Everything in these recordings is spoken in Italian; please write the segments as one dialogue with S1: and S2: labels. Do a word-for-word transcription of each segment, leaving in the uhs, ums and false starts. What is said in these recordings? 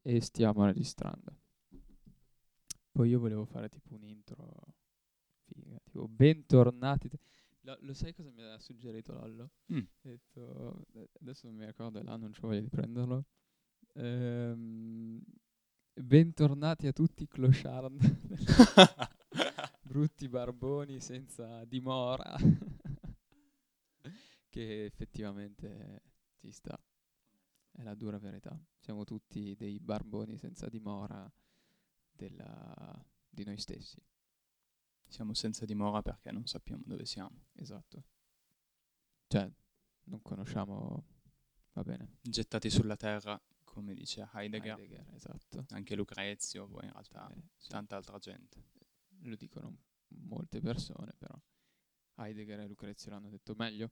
S1: e stiamo registrando. Poi io volevo fare tipo un intro figa, tipo bentornati. te- Lo, lo sai cosa mi ha suggerito Lollo?
S2: Mm.
S1: Ha detto, eh, adesso non mi ricordo là, non c'ho voglia di prenderlo. Ehm, bentornati a tutti i clochard, brutti barboni senza dimora, che effettivamente ci sta. È la dura verità. Siamo tutti dei barboni senza dimora della- di noi stessi.
S2: Siamo senza dimora perché non sappiamo dove siamo.
S1: Esatto. Cioè, non conosciamo... Va bene.
S2: Gettati sulla terra, come dice Heidegger,
S1: Heidegger, esatto.
S2: anche Lucrezio, poi in realtà
S1: Eh, sì.
S2: tanta altra gente.
S1: Lo dicono molte persone, però Heidegger e Lucrezio l'hanno detto meglio.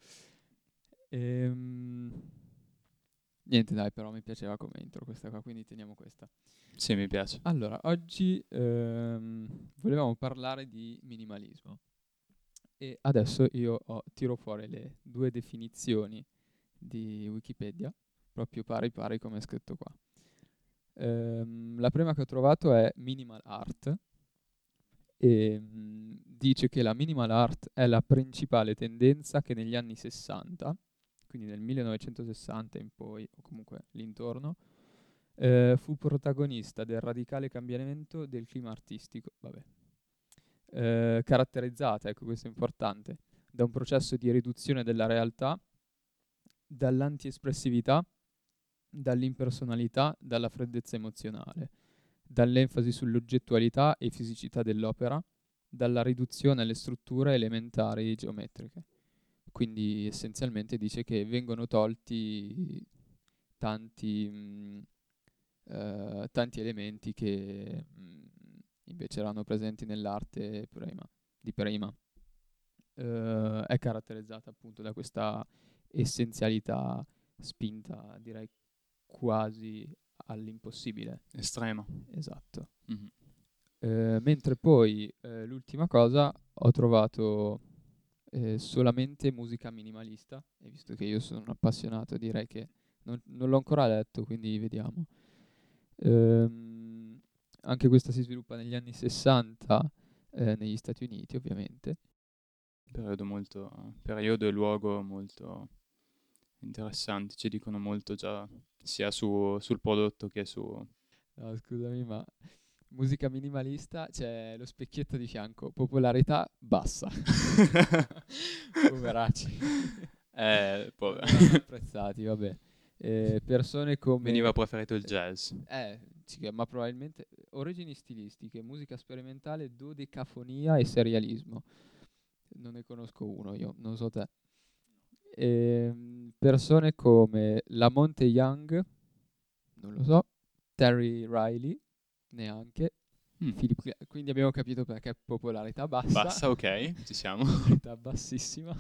S1: Ehm... Niente, dai, però mi piaceva come intro questa qua, quindi teniamo questa.
S2: Sì, mi piace.
S1: Allora, oggi ehm, volevamo parlare di minimalismo e adesso io ho- tiro fuori le due definizioni di Wikipedia, proprio pari pari come è scritto qua. Ehm, la prima che ho trovato è minimal art e mm, dice che la minimal art è la principale tendenza che negli anni sessanta, quindi nel millenovecentosessanta in poi, o comunque l'intorno, eh, fu protagonista del radicale cambiamento del clima artistico, vabbè, eh, caratterizzata, ecco questo è importante, da un processo di riduzione della realtà, dall'antiespressività, dall'impersonalità, dalla freddezza emozionale, dall'enfasi sull'oggettualità e fisicità dell'opera, dalla riduzione alle strutture elementari geometriche. Quindi essenzialmente dice che vengono tolti tanti, mh, eh, tanti elementi che mh, invece erano presenti nell'arte prima, di prima. Eh, è caratterizzata appunto da questa essenzialità spinta, direi quasi all'impossibile.
S2: Estrema.
S1: Esatto.
S2: Mhm.
S1: Eh, mentre poi eh, l'ultima cosa ho trovato eh, solamente musica minimalista, e visto che io sono un appassionato direi che non, non l'ho ancora letto, quindi vediamo. Ehm, anche questa si sviluppa negli anni sessanta eh, negli Stati Uniti, ovviamente.
S2: Periodo molto, periodo e luogo molto interessanti, ci dicono molto già sia su, sul prodotto che su...
S1: No, scusami, ma musica minimalista c'è lo specchietto di fianco, popolarità bassa. Poveracci.
S2: Eh,
S1: Non
S2: povero.
S1: verranno apprezzati, vabbè. Eh, persone come...
S2: Veniva preferito il jazz.
S1: Eh, sì, ma probabilmente origini stilistiche, musica sperimentale, dodecafonia e serialismo. Non ne conosco uno io, non so te. Ehm, persone come Lamonte Young, non lo so, Terry Riley, neanche.
S2: Mm.
S1: Philip Gla- quindi abbiamo capito perché popolarità bassa,
S2: Basta, ok, ci siamo.
S1: popolarità bassissima.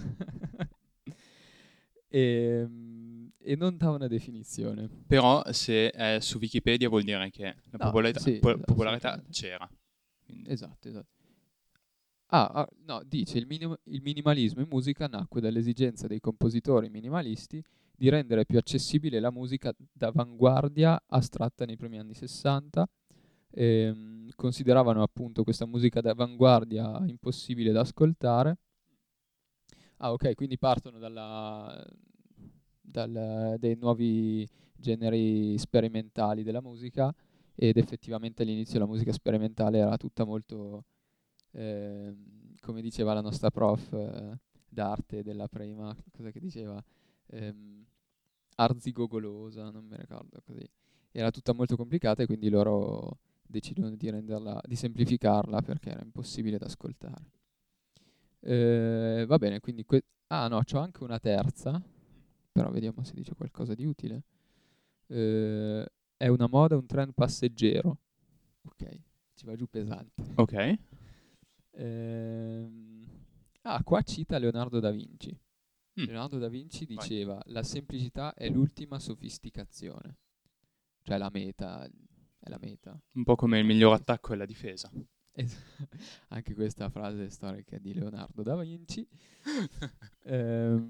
S1: Ehm, e non dà una definizione.
S2: Però se è su Wikipedia vuol dire che la
S1: No,
S2: popolarità,
S1: sì,
S2: po-
S1: es-
S2: popolarità
S1: assolutamente.
S2: c'era. Quindi,
S1: Esatto, esatto. Ah, ah, no, dice il, minim- il minimalismo in musica nacque dall'esigenza dei compositori minimalisti di rendere più accessibile la musica d'avanguardia astratta nei primi anni sessanta. Ehm, consideravano appunto questa musica d'avanguardia impossibile da ascoltare. Ah, ok, quindi partono dalla, dal- dai nuovi generi sperimentali della musica ed effettivamente all'inizio la musica sperimentale era tutta molto, ehm, come diceva la nostra prof eh, d'arte della prima, cosa che diceva? Ehm, arzigogolosa, non mi ricordo così. Era tutta molto complicata e quindi loro decidono di renderla, di semplificarla perché era impossibile da ascoltare. Eh, va bene, quindi... que- ah no, c'ho anche una terza, però vediamo se dice qualcosa di utile. Eh, è una moda, un trend passeggero. Ok, ci va giù pesante.
S2: ok.
S1: Ehm, ah, qua cita Leonardo da Vinci.
S2: Mm,
S1: Leonardo da Vinci
S2: vai.
S1: diceva: la semplicità è l'ultima sofisticazione. Cioè la meta, è la meta.
S2: Un po' come il
S1: Non
S2: miglior
S1: sofis-
S2: attacco è la difesa.
S1: Es- Anche questa frase storica di Leonardo da Vinci.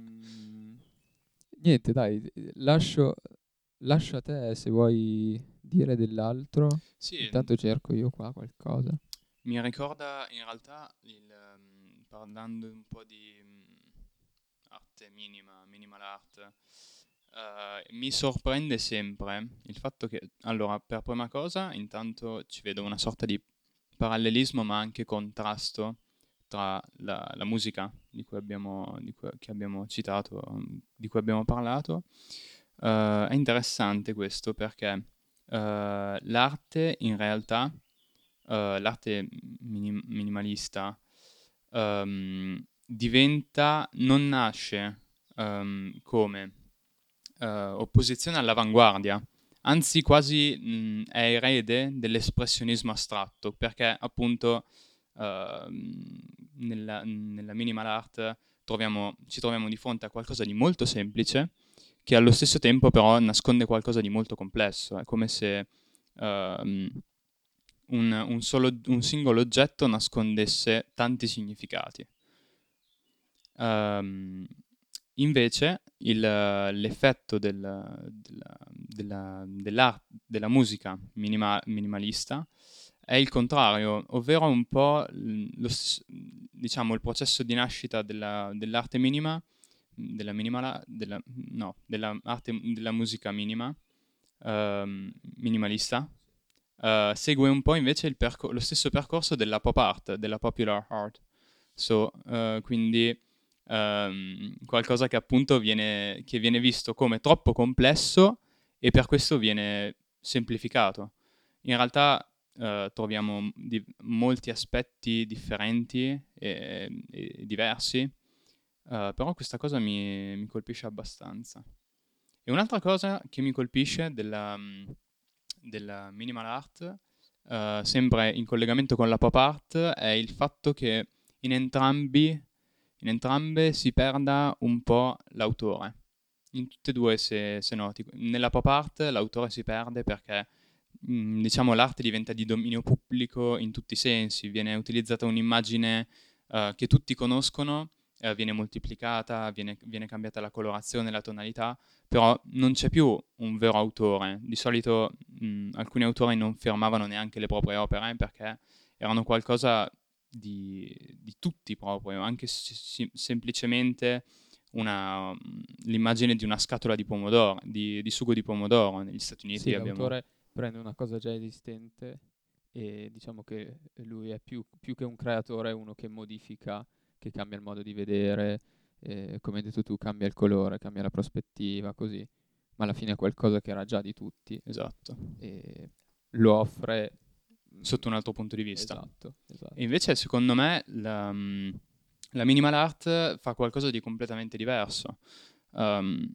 S1: Ehm, niente, dai, lascio, lascio a te se vuoi dire dell'altro?
S2: Sì,
S1: Intanto cerco io qua qualcosa.
S2: mi ricorda in realtà, il, ehm, parlando un po' di mm, arte minima, minimal art, eh, mi sorprende sempre il fatto che, allora, per prima cosa, intanto ci vedo una sorta di parallelismo ma anche contrasto tra la, la musica di cui abbiamo, di cui, che abbiamo citato, mm, di cui abbiamo parlato. Eh, è interessante questo perché eh, l'arte in realtà, eh, l'arte minim- minimalista, ehm, diventa, non nasce ehm, come eh, opposizione all'avanguardia, anzi quasi mh, è erede dell'espressionismo astratto, perché appunto ehm, nella, nella minimal art troviamo, ci troviamo di fronte a qualcosa di molto semplice, che allo stesso tempo però nasconde qualcosa di molto complesso. È come se ehm, un, un solo, un singolo oggetto nascondesse tanti significati. Ehm, Invece il- l'effetto del- della, della- dell'ar- della musica minima- minimalista è il contrario, ovvero un po' l- lo stesso- diciamo, il processo di nascita della- dell'arte minima, della minimala, della, no, della, arte, della musica minima, ehm, minimalista, eh, segue un po' invece il percor- lo stesso percorso della pop art, della popular art. So, eh, quindi ehm, qualcosa che appunto viene, che viene visto come troppo complesso e per questo viene semplificato. In realtà eh, troviamo di- molti aspetti differenti e, e diversi, eh, però questa cosa mi, mi colpisce abbastanza. E un'altra cosa che mi colpisce della, mm, della minimal art, eh, sempre in collegamento con la pop art, è il fatto che in entrambi, in entrambe si perda un po' l'autore. In tutte e due, se, se noti. Nella pop art l'autore si perde perché, mh, diciamo, l'arte diventa di dominio pubblico in tutti i sensi. Viene utilizzata un'immagine eh, che tutti conoscono, eh, viene moltiplicata, viene, viene cambiata la colorazione, la tonalità, però non c'è più un vero autore. Di solito mh, alcuni autori non firmavano neanche le proprie opere perché erano qualcosa di, di tutti proprio, anche se- si- semplicemente una, mh, l'immagine di una scatola di pomodoro, di, di sugo di pomodoro. Negli Stati Uniti
S1: Sì,
S2: abbiamo...
S1: l'autore prende una cosa già esistente e diciamo che lui è più, più che un creatore, è uno che modifica, che cambia il modo di vedere, eh, come hai detto tu, cambia il colore, cambia la prospettiva, così, ma alla fine è qualcosa che era già di tutti
S2: Esatto,
S1: e lo offre. mm,
S2: sotto un altro punto di vista.
S1: Esatto,
S2: E
S1: esatto.
S2: invece, secondo me, la, mh, la minimal art fa qualcosa di completamente diverso. Um,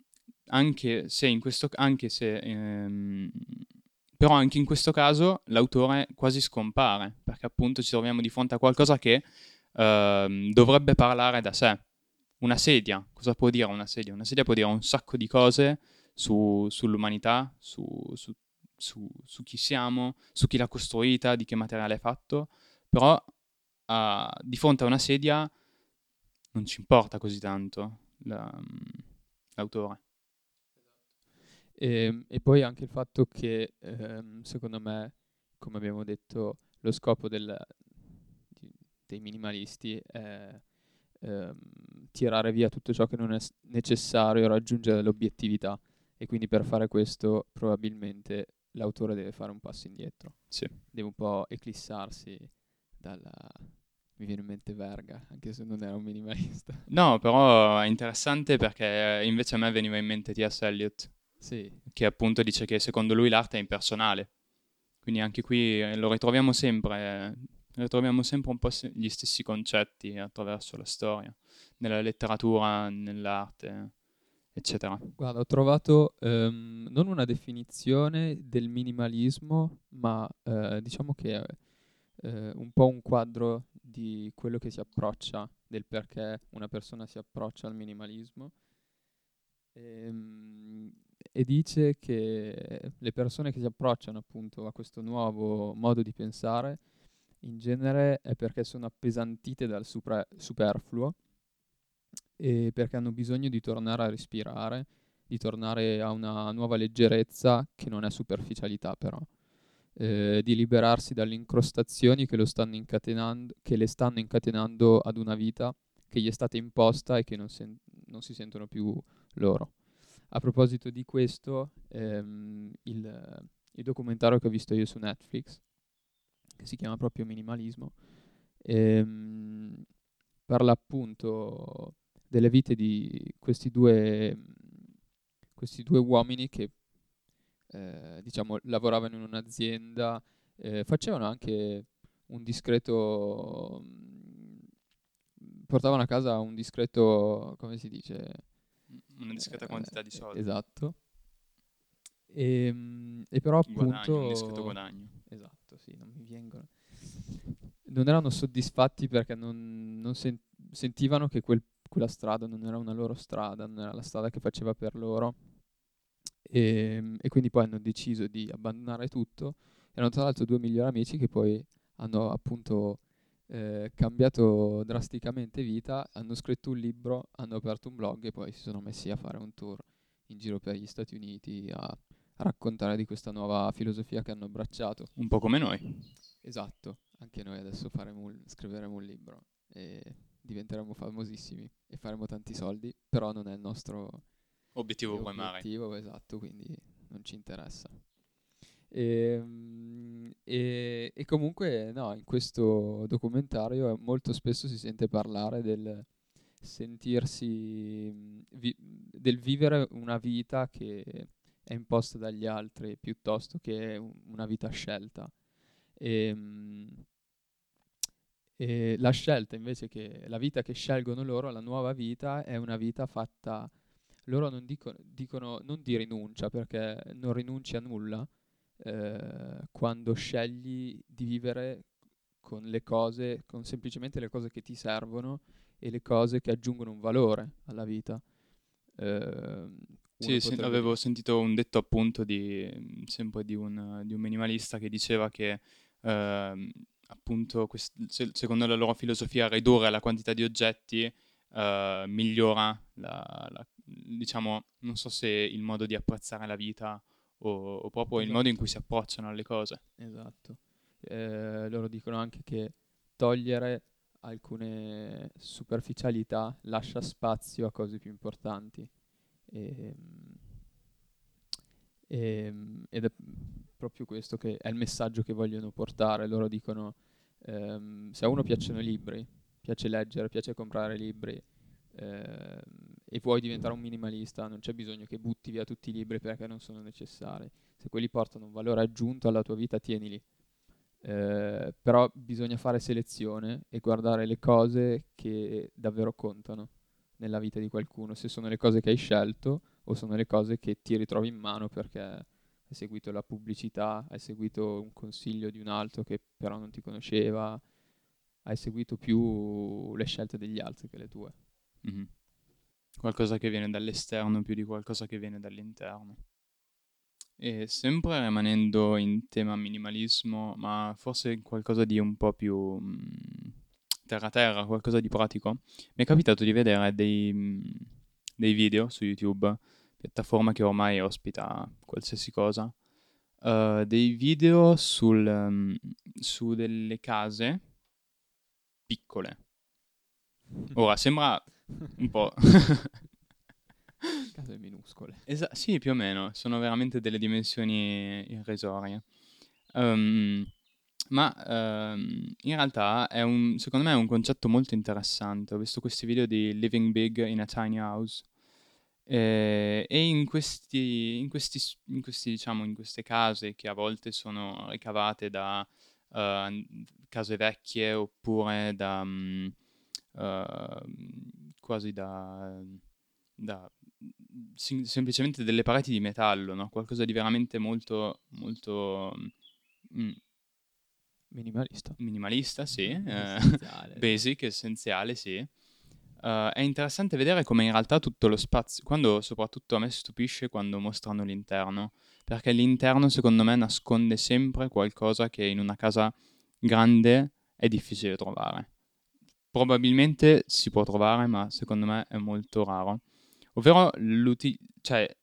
S2: anche se in questo, anche se, ehm, però anche in questo caso l'autore quasi scompare, perché appunto ci troviamo di fronte a qualcosa che ehm, dovrebbe parlare da sé. Una sedia, cosa può dire una sedia? Una sedia può dire un sacco di cose su- sull'umanità, su, su- su- su chi siamo, su chi l'ha costruita, di che materiale è fatto, però ah, di fronte a una sedia non ci importa così tanto la- l'autore.
S1: E, e poi anche il fatto che, ehm, secondo me, come abbiamo detto, lo scopo del- di- dei minimalisti è ehm, tirare via tutto ciò che non è s- necessario a raggiungere l'obiettività e quindi per fare questo probabilmente l'autore deve fare un passo indietro,
S2: Sì.
S1: deve un po' eclissarsi dalla... Mi viene in mente Verga, anche se non era un minimalista.
S2: No, però è interessante perché invece a me veniva in mente T S. Eliot,
S1: Sì,
S2: che appunto dice che secondo lui l'arte è impersonale. Quindi anche qui eh, lo ritroviamo sempre, eh, ritroviamo sempre un po' se- gli stessi concetti attraverso la storia, nella letteratura, nell'arte, eccetera.
S1: guarda, ho trovato ehm, non una definizione del minimalismo, ma eh, diciamo che è eh, un po' un quadro di quello che si approccia, del perché una persona si approccia al minimalismo. Ehm, e dice che le persone che si approcciano appunto a questo nuovo modo di pensare, in genere è perché sono appesantite dal supra- superfluo e perché hanno bisogno di tornare a respirare, di tornare a una nuova leggerezza che non è superficialità però, eh, di liberarsi dalle incrostazioni che, lo stanno incatenando, che le stanno incatenando ad una vita che gli è stata imposta e che non, sen- non si sentono più loro. A proposito di questo, ehm, il, il documentario che ho visto io su Netflix, che si chiama proprio Minimalismo, ehm, parla appunto delle vite di questi due, questi due uomini che eh, diciamo lavoravano in un'azienda, eh, facevano anche un discreto, mm, portavano a casa un discreto, come si dice?
S2: Una discreta quantità di
S1: Eh,
S2: soldi.
S1: esatto. E, mm, e però
S2: Guadagno, un discreto
S1: appunto,
S2: guadagno.
S1: esatto, sì, non mi vengono. Non erano soddisfatti perché non, non sen- sentivano che quel- quella strada non era una loro strada, non era la strada che faceva per loro. E, e quindi poi hanno deciso di abbandonare tutto. Erano tra l'altro due migliori amici che poi hanno appunto eh, cambiato drasticamente vita, hanno scritto un libro, hanno aperto un blog e poi si sono messi a fare un tour in giro per gli Stati Uniti a, a raccontare di questa nuova filosofia che hanno abbracciato.
S2: Un po' come noi.
S1: Esatto, anche noi adesso faremo un- scriveremo un libro e diventeremo famosissimi e faremo tanti soldi, però non è il nostro
S2: Obiettivo
S1: eh,
S2: primario.
S1: obiettivo, esatto, quindi non ci interessa. Ehm, E, e comunque, no, in questo documentario molto spesso si sente parlare del sentirsi, mh, vi- del vivere una vita che è imposta dagli altri piuttosto che un- una vita scelta. E, mh, e la scelta invece che la vita che scelgono loro, la nuova vita, è una vita fatta. Loro non dicono, dicono non di rinuncia, perché non rinunci a nulla eh, quando scegli di vivere con le cose, con semplicemente le cose che ti servono e le cose che aggiungono un valore alla vita. Eh, Uno
S2: Sì, sì,
S1: potrebbe
S2: avevo
S1: dire,
S2: sentito un detto appunto di, mm, sempre di un, di un minimalista che diceva che ehm, appunto quest- se- secondo la loro filosofia ridurre la quantità di oggetti eh, migliora la, la- diciamo, non so se il modo di apprezzare la vita o, o proprio il modo in cui
S1: esatto,
S2: si approcciano alle cose.
S1: esatto. Eh, loro dicono anche che togliere alcune superficialità lascia spazio a cose più importanti. E, Ehm, ed è proprio questo che è il messaggio che vogliono portare. Loro dicono, ehm, se a uno piacciono i libri, piace leggere, piace comprare libri, ehm, e vuoi diventare un minimalista, non c'è bisogno che butti via tutti i libri perché non sono necessari. Se quelli portano un valore aggiunto alla tua vita, tienili. Eh, però bisogna fare selezione e guardare le cose che davvero contano nella vita di qualcuno, se sono le cose che hai scelto o sono le cose che ti ritrovi in mano perché hai seguito la pubblicità, hai seguito un consiglio di un altro che però non ti conosceva, hai seguito più le scelte degli altri che le tue.
S2: Mhm. Qualcosa che viene dall'esterno più di qualcosa che viene dall'interno. E sempre rimanendo in tema minimalismo, ma forse qualcosa di un po' più mm, terra-terra, qualcosa di pratico, mi è capitato di vedere dei, mm, dei video su YouTube, piattaforma che ormai ospita qualsiasi cosa, eh, dei video sul, mm, su delle case piccole. Ora, sembra un po'.
S1: Case minuscole.
S2: Esa- sì, più o meno, sono veramente delle dimensioni irrisorie. Ehm, ma ehm, in realtà è un, secondo me è un concetto molto interessante. Ho visto questi video di Living Big in a Tiny House eh, e in questi, in questi, s- in questi, diciamo, in queste case che a volte sono ricavate da eh, case vecchie oppure da mm, ehm, quasi da, da sim- semplicemente delle pareti di metallo, no? Qualcosa di veramente molto, molto mm,
S1: Minimalista.
S2: minimalista, sì, eh,
S1: Essenziale, esatto.
S2: basic, essenziale, sì. Eh, è interessante vedere come in realtà tutto lo spazio, quando soprattutto a me stupisce quando mostrano l'interno, perché l'interno secondo me nasconde sempre qualcosa che in una casa grande è difficile trovare. Probabilmente si può trovare, ma secondo me è molto raro. Ovvero, l'uti- cioè,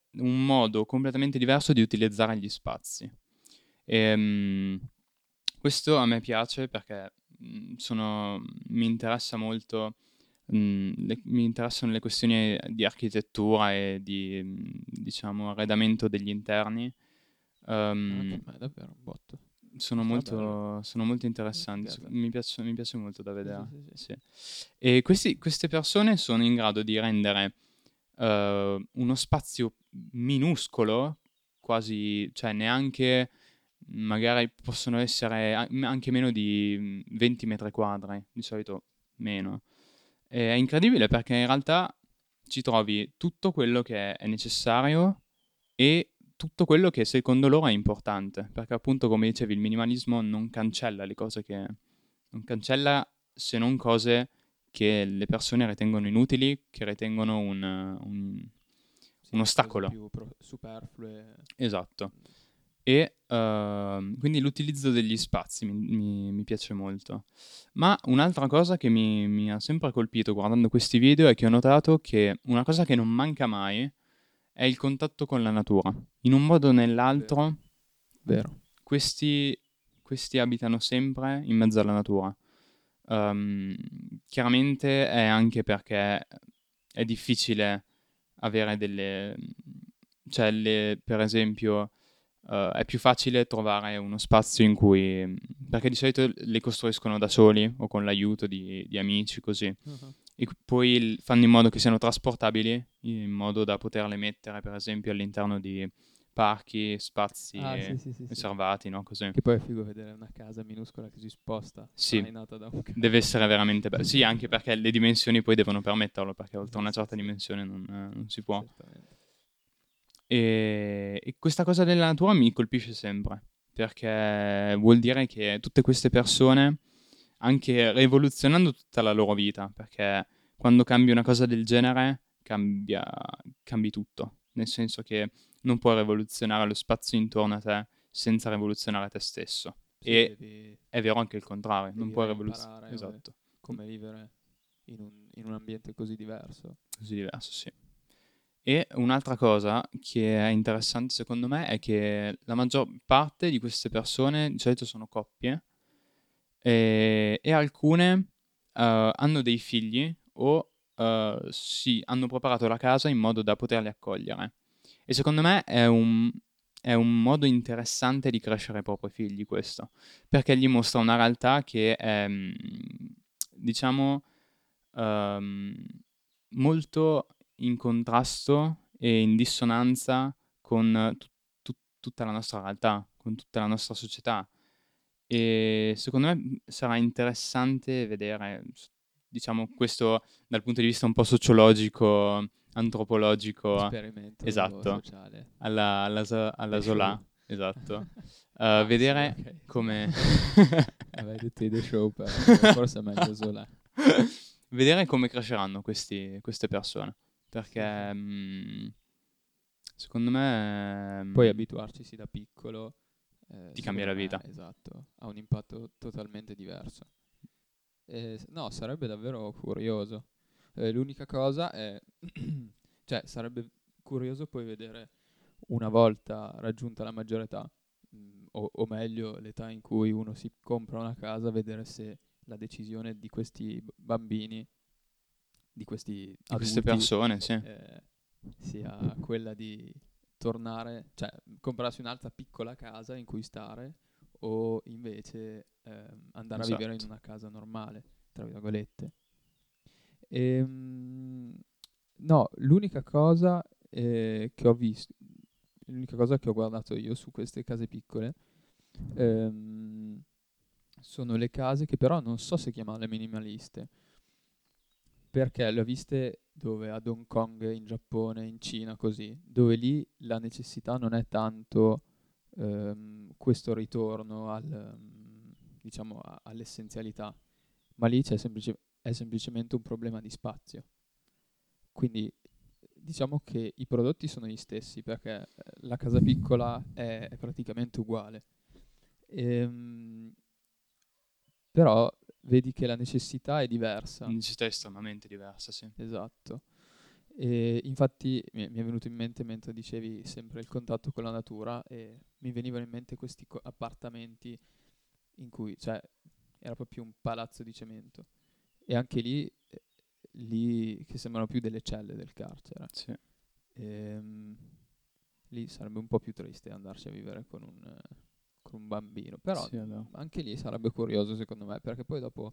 S2: un modo completamente diverso di utilizzare gli spazi. Ehm, questo a me piace perché mh, sono, mi interessa molto, mh, le- mi interessano le questioni di architettura e di, mh, diciamo, arredamento degli interni.
S1: Anche
S2: Ehm,
S1: a me davvero un botto.
S2: sono
S1: Strabello.
S2: molto, sono molto
S1: Una
S2: interessanti, s-
S1: figata.
S2: mi piace, mi piace molto da
S1: Sì, sì,
S2: vedere.
S1: sì, sì.
S2: Sì. E questi- queste persone sono in grado di rendere eh, uno spazio minuscolo, quasi, cioè neanche, magari possono essere a- anche meno di mm, venti metri quadri, di solito meno. E è incredibile perché in realtà ci trovi tutto quello che è necessario e tutto quello che secondo loro è importante, perché appunto come dicevi il minimalismo non cancella le cose che... non cancella se non cose che le persone ritengono inutili, che ritengono un, un, un
S1: Sì, cose
S2: ostacolo.
S1: più pro- superflue.
S2: Esatto. E uh, quindi l'utilizzo degli spazi mi, mi, mi, piace molto. Ma un'altra cosa che mi, mi, ha sempre colpito guardando questi video è che ho notato che una cosa che non manca mai è il contatto con la natura. In un modo o
S1: Vero,
S2: nell'altro,
S1: vero.
S2: questi, questi abitano sempre in mezzo alla natura. Um, chiaramente è anche perché è difficile avere delle... cioè, le, per esempio, uh, è più facile trovare uno spazio in cui... perché di solito le costruiscono da soli o con l'aiuto di, di amici, così.
S1: Uh-huh.
S2: E poi il- fanno in modo che siano trasportabili, in modo da poterle mettere, per esempio, all'interno di parchi, spazi
S1: Ah, sì, sì, sì, sì.
S2: riservati, no? Così.
S1: Che poi è figo vedere una casa minuscola che si sposta,
S2: Sì,
S1: trainata da un
S2: deve
S1: camion.
S2: essere veramente bello. Sì, anche perché le dimensioni poi devono permetterlo, perché oltre
S1: Sì,
S2: una
S1: sì,
S2: certa
S1: sì,
S2: dimensione non, eh, non si può.
S1: certamente.
S2: E, e questa cosa della natura mi colpisce sempre, perché vuol dire che tutte queste persone, anche rivoluzionando tutta la loro vita, perché quando cambi una cosa del genere, cambia, cambi tutto. Nel senso che non puoi rivoluzionare lo spazio intorno a te senza rivoluzionare te stesso.
S1: Sì,
S2: E
S1: devi,
S2: è vero anche il contrario, non
S1: devi
S2: puoi rivoluzionare.
S1: reimparare eh,
S2: Esatto.
S1: come vivere in un, in un ambiente così diverso.
S2: Così diverso, sì. E un'altra cosa che è interessante secondo me è che la maggior parte di queste persone di solito sono coppie e, e alcune eh, hanno dei figli o eh, si hanno preparato la casa in modo da poterli accogliere. E secondo me è un, è un modo interessante di crescere i propri figli questo, perché gli mostra una realtà che è, mm, diciamo, ehm, molto in contrasto e in dissonanza con tu- tu- tutta la nostra realtà, con tutta la nostra società. E secondo me mh, sarà interessante vedere, s- diciamo, questo dal punto di vista un po' sociologico, antropologico,
S1: Esperimento
S2: esatto,
S1: sociale.
S2: alla, alla, Zo- alla
S1: The Show.
S2: Zola, esatto. Uh,
S1: Ah, sì,
S2: vedere
S1: ok.
S2: come...
S1: Avevi detto The Show, però vabbè, forse è meglio Zola.
S2: Vedere come cresceranno questi- queste persone.
S1: Sì, sì.
S2: Perché mh, secondo me
S1: Poi
S2: mh,
S1: abituarci sì da piccolo, eh,
S2: ti cambia la
S1: secondo me,
S2: vita.
S1: esatto, ha un impatto totalmente diverso. E, s- no, sarebbe davvero curioso. Eh, l'unica cosa è, cioè, sarebbe curioso poi vedere una volta raggiunta la maggiore età, mh, o, o meglio l'età in cui uno si compra una casa, vedere se la decisione di questi b- bambini, di questi
S2: Di queste
S1: adulti,
S2: persone, sì.
S1: eh, sia quella di tornare, cioè comprarsi un'altra piccola casa in cui stare o invece ehm, andare a vivere in
S2: Esatto.
S1: una casa normale, tra virgolette. Ehm, no, l'unica cosa eh, che ho visto, l'unica cosa che ho guardato io su queste case piccole ehm, sono le case che però non so se chiamarle minimaliste, perché le ho viste dove ad Hong Kong, in Giappone, in Cina, così, dove lì la necessità non è tanto ehm, questo ritorno al, ehm, diciamo, a- all'essenzialità, ma lì c'è semplice- è semplicemente un problema di spazio. Quindi diciamo che i prodotti sono gli stessi perché eh, la casa piccola è, è praticamente uguale. Ehm, però vedi che la necessità è
S2: La
S1: diversa,
S2: necessità è estremamente diversa, sì.
S1: esatto. E infatti mi mi è venuto in mente mentre dicevi sempre il contatto con la natura e mi venivano in mente questi co- appartamenti in cui, cioè, era proprio un palazzo di cemento. E anche lì, eh, lì che sembrano più delle celle del carcere.
S2: Sì,
S1: Ehm, Lì sarebbe un po' più triste andarci a vivere con un, eh, con un bambino. Però
S2: sì, è vero.
S1: anche lì sarebbe curioso secondo me, perché poi dopo,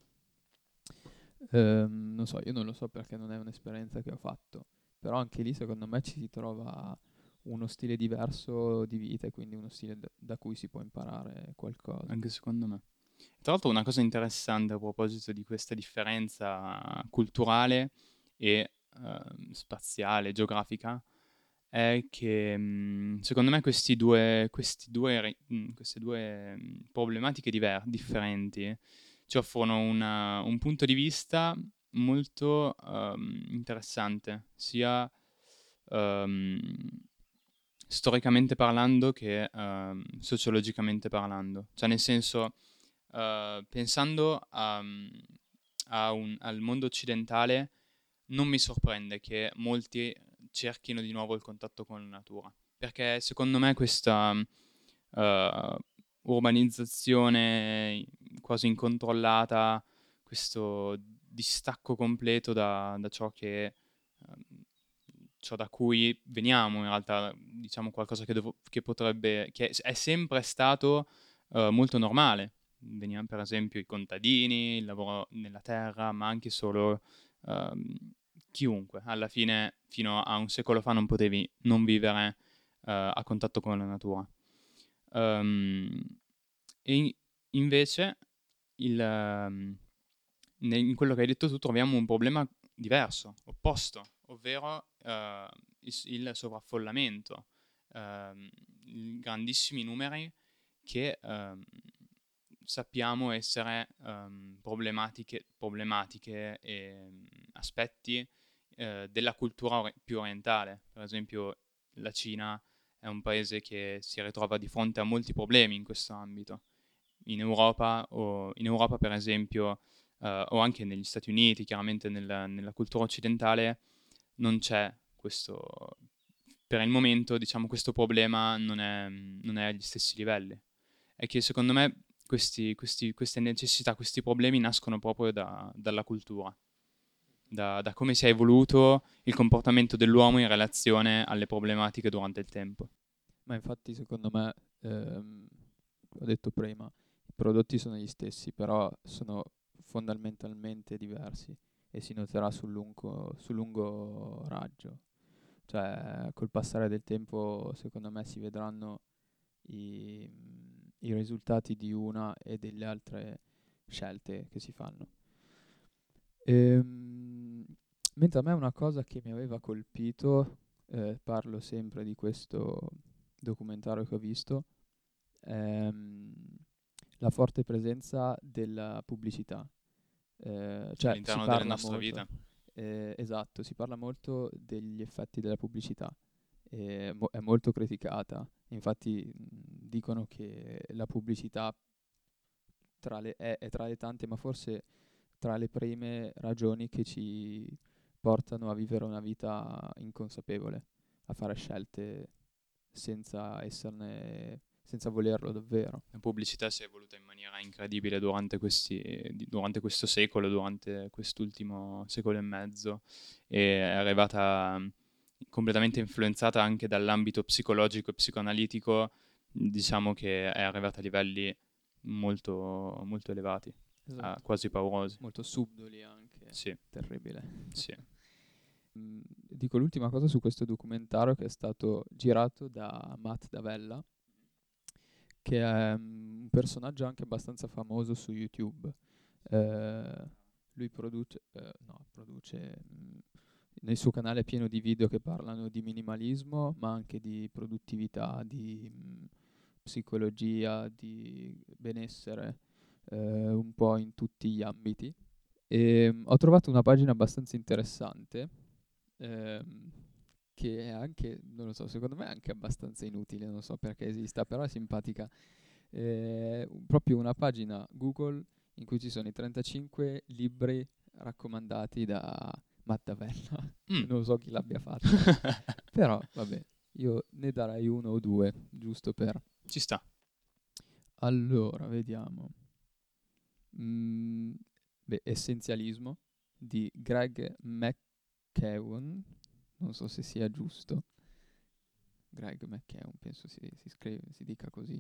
S1: ehm, non so, io non lo so perché non è un'esperienza che ho fatto, però anche lì secondo me ci si trova uno stile diverso di vita e quindi uno stile da, da cui si può imparare qualcosa.
S2: Anche secondo me. Tra l'altro una cosa interessante a proposito di questa differenza culturale e ehm, spaziale, geografica, è che mh, secondo me questi due, questi due, re- mh, queste due mh, problematiche diver- differenti ci offrono una- un punto di vista molto ehm, interessante, sia ehm, storicamente parlando che ehm, sociologicamente parlando. Cioè nel senso, eh, pensando a, a un- al mondo occidentale, non mi sorprende che molti cerchino di nuovo il contatto con la natura, perché secondo me questa eh, urbanizzazione quasi incontrollata, questo distacco completo da, da ciò che ehm, ciò da cui veniamo, in realtà, diciamo qualcosa che, dovo- che potrebbe, che è sempre stato eh, molto normale. Veniamo per esempio i contadini, il lavoro nella terra, ma anche solo ehm, chiunque. Alla fine, fino a un secolo fa, non potevi non vivere eh, a contatto con la natura. Ehm, e in- invece, il, ehm, ne- in quello che hai detto tu, troviamo un problema diverso, opposto, ovvero eh, il, il sovraffollamento, ehm, i grandissimi numeri che ehm, sappiamo essere ehm, problematiche, problematiche e mm, aspetti eh, della cultura ori- più orientale. Per esempio, la Cina è un paese che si ritrova di fronte a molti problemi in questo ambito. In Europa, o in Europa per esempio, eh, o anche negli Stati Uniti, chiaramente nella, nella cultura occidentale, non c'è questo, per il momento, diciamo, questo problema non è, non è agli stessi livelli. È che secondo me questi, questi- queste necessità, questi problemi nascono proprio da- dalla cultura, da, da come si è evoluto il comportamento dell'uomo in relazione alle problematiche durante il tempo.
S1: Ma infatti secondo me, ehm, ho detto prima, i prodotti sono gli stessi, però sono fondamentalmente diversi e si noterà sul lungo, sul lungo raggio. Cioè, col passare del tempo, secondo me, si vedranno i, i risultati di una e delle altre scelte che si fanno. Ehm, Mentre a me una cosa che mi aveva colpito, eh, parlo sempre di questo documentario che ho visto, ehm, la forte presenza della pubblicità. Eh, cioè si
S2: All'interno della
S1: parla
S2: nostra
S1: molto,
S2: vita.
S1: eh, esatto, si parla molto degli effetti della pubblicità. E mo- è molto criticata. Infatti mh, dicono che la pubblicità tra le- è, è tra le tante, ma forse tra le prime ragioni che ci portano a vivere una vita inconsapevole, a fare scelte senza esserne, senza volerlo davvero.
S2: La pubblicità si è evoluta in maniera incredibile durante, questi, di- durante questo secolo, durante quest'ultimo secolo e mezzo, e è arrivata mh, completamente influenzata anche dall'ambito psicologico e psicoanalitico, diciamo che è arrivata a livelli molto, molto elevati, a
S1: Esatto.
S2: quasi paurosi.
S1: Molto subdoli anche,
S2: Sì,
S1: terribile.
S2: sì.
S1: Mm, Dico l'ultima cosa su questo documentario che è stato girato da Matt Davella, che è mm, un personaggio anche abbastanza famoso su YouTube. Eh, Lui produce, eh, no, produce, mm, nel suo canale è pieno di video che parlano di minimalismo, ma anche di produttività, di mm, psicologia, di benessere, eh, un po' in tutti gli ambiti. E mm, ho trovato una pagina abbastanza interessante, ehm, che è anche, non lo so, secondo me è anche abbastanza inutile, non so perché esista, però è simpatica. Eh, un- proprio una pagina Google in cui ci sono i trentacinque libri raccomandati da, Mattavella.
S2: Mm.
S1: Non so chi l'abbia fatto. Però, vabbè, io ne darei uno o due, giusto per...
S2: Ci sta.
S1: Allora, vediamo. Mm, beh, Essenzialismo di Greg McKeown. Non so se sia giusto. Greg McKeown, penso si, si scrive, si dica così.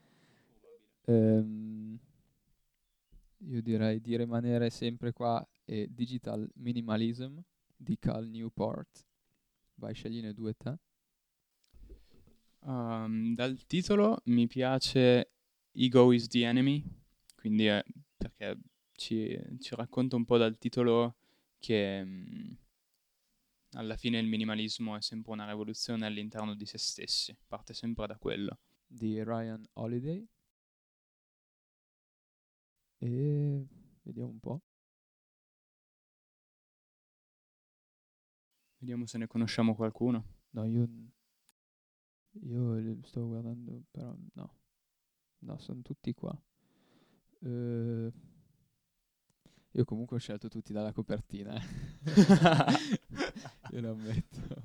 S1: Ehm, io direi di rimanere sempre qua e Digital Minimalism di Cal Newport. Vai, scegliene due te.
S2: Um, dal titolo mi piace Ego is the Enemy, quindi è perché ci, ci racconta un po' dal titolo che mm, alla fine il minimalismo è sempre una rivoluzione all'interno di se stessi, parte sempre da quello.
S1: Di Ryan Holiday. E vediamo un po'.
S2: Vediamo se ne conosciamo qualcuno.
S1: No, io, io li sto guardando, però no. No, sono tutti qua. Eh, io comunque ho scelto tutti dalla copertina. eh. Io lo ammetto.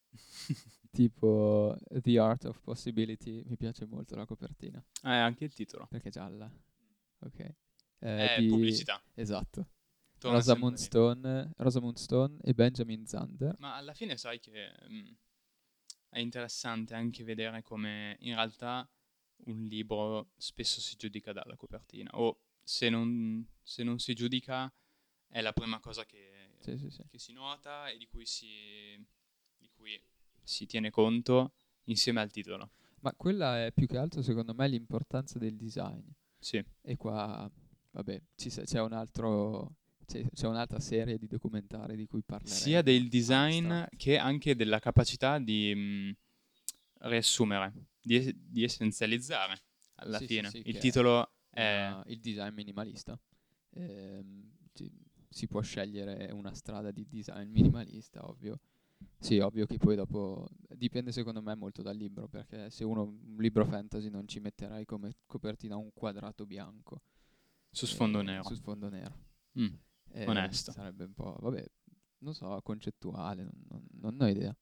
S1: Tipo The Art of Possibility, mi piace molto la copertina,
S2: Ah, è anche il titolo.
S1: perché è gialla. Ok. Eh,
S2: È
S1: di...
S2: pubblicità.
S1: Esatto.
S2: Torna
S1: Rosamund
S2: sempre lì.
S1: Stone, Rosamund Stone e Benjamin Zander.
S2: Ma alla fine sai che mm, è interessante anche vedere come in realtà un libro spesso si giudica dalla copertina, o se non, se non si giudica è la prima cosa che,
S1: Sì, sì, sì.
S2: che si nota e di cui si, di cui si tiene conto insieme al titolo.
S1: Ma quella è più che altro, secondo me, l'importanza del design.
S2: Sì,
S1: E qua, vabbè, ci sa- c'è un altro, c'è, c'è un'altra serie di documentari di cui
S2: sia
S1: parleremo.
S2: del design
S1: Abstract.
S2: che anche della capacità di mm, riassumere, di, es- di essenzializzare alla
S1: Sì, sì,
S2: fine.
S1: sì,
S2: Il
S1: che è
S2: titolo è...
S1: una- il design minimalista. Ehm, ci- si può scegliere una strada di design minimalista, ovvio. Sì, ovvio che poi dopo dipende secondo me molto dal libro, perché se uno un libro fantasy non ci metterai come copertina un quadrato bianco
S2: su sfondo
S1: eh,
S2: nero.
S1: su sfondo nero.
S2: Mm,
S1: Eh,
S2: onesto.
S1: sarebbe un po', vabbè, non so, concettuale, non, non- non ho idea.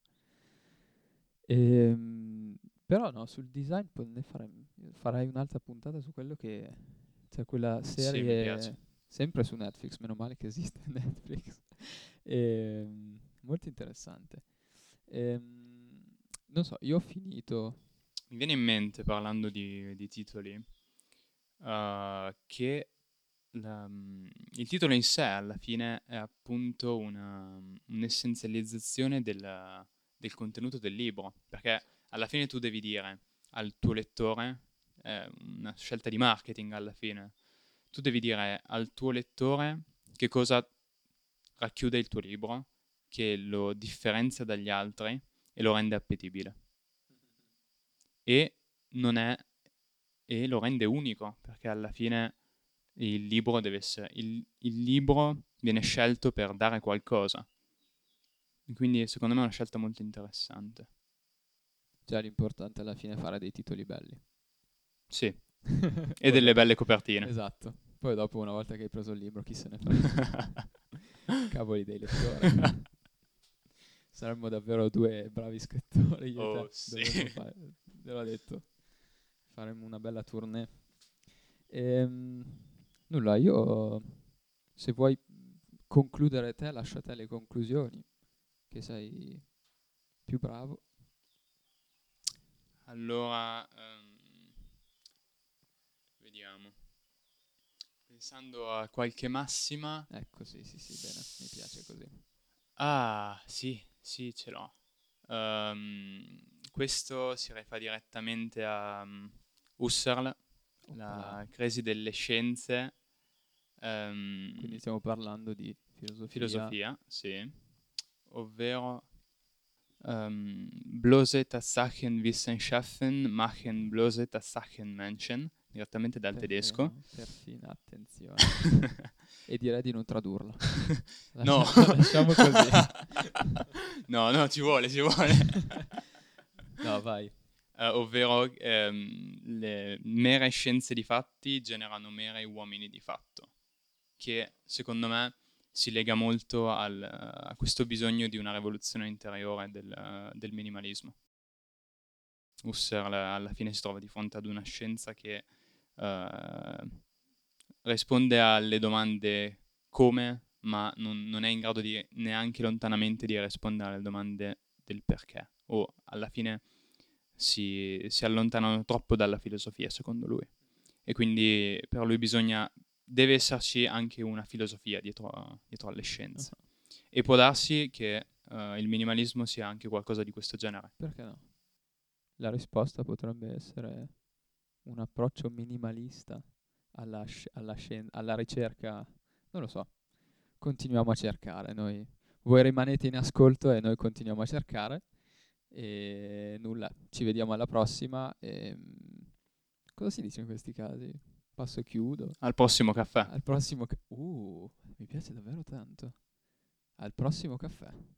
S1: Ehm, però no, sul design poi ne farei, farei un'altra puntata su quello che... C'è quella
S2: Sì, mi piace.
S1: serie, sempre su Netflix, meno male che esiste Netflix. Ehm, molto interessante. Ehm, non so, io ho finito...
S2: Mi viene in mente, parlando di, di titoli, uh, che la- mm, il titolo in sé alla fine è appunto una, un'essenzializzazione del, del contenuto del libro, perché alla fine tu devi dire al tuo lettore, è una scelta di marketing alla fine, tu devi dire al tuo lettore che cosa racchiude il tuo libro, che lo differenzia dagli altri e lo rende appetibile. E non è e lo rende unico, perché alla fine il libro deve essere il, il libro viene scelto per dare qualcosa. Quindi secondo me è una scelta molto interessante.
S1: Cioè, l'importante alla fine è fare dei titoli belli.
S2: Sì, e
S1: Poi
S2: delle
S1: dopo...
S2: belle copertine.
S1: Esatto. Poi dopo, una volta che hai preso il libro, chi se ne frega. Cavoli dei lettori. Saremmo davvero due bravi scrittori, io e
S2: Oh
S1: te.
S2: sì.
S1: Dovremmo fare, te l'ho detto. Faremo una bella tournée. Ehm, nulla, io se vuoi concludere te, lascia te le conclusioni, che sei più bravo.
S2: Allora, ehm, vediamo. Pensando a qualche massima.
S1: Ecco, sì, sì, sì, bene, mi piace così.
S2: Ah, sì, sì, ce l'ho. Ehm, questo si rifà direttamente a um, Husserl,
S1: Oppala.
S2: la crisi delle scienze, ehm,
S1: Quindi stiamo parlando di filosofia.
S2: filosofia, sì, ovvero ehm, bloße Tatsachen Wissenschaften machen bloße Tatsachen Menschen, direttamente dal tedesco.
S1: Perfino, perfina attenzione. E direi di non tradurla.
S2: No,
S1: Lascia- la lasciamo così.
S2: no, no, ci vuole, ci vuole.
S1: No, vai.
S2: Eh, ovvero ehm, le mere scienze di fatti generano mere uomini di fatto, che secondo me si lega molto al, a questo bisogno di una rivoluzione interiore del, del minimalismo. Husserl alla fine si trova di fronte ad una scienza che uh, risponde alle domande come, ma non, non è in grado di neanche lontanamente di rispondere alle domande del perché, o alla fine si, si allontanano troppo dalla filosofia, secondo lui. E quindi per lui bisogna, deve esserci anche una filosofia dietro, dietro alle scienze. Uh-huh. E può darsi che uh, il minimalismo sia anche qualcosa di questo genere.
S1: Perché no? La risposta potrebbe essere un approccio minimalista alla, sci- alla, scien- alla ricerca, non lo so, continuiamo a cercare, noi, voi rimanete in ascolto e noi continuiamo a cercare, e nulla, ci vediamo alla prossima, e, mm, cosa si dice in questi casi? Passo chiudo.
S2: Al prossimo caffè.
S1: Al prossimo ca- uh, mi piace davvero tanto. Al prossimo caffè.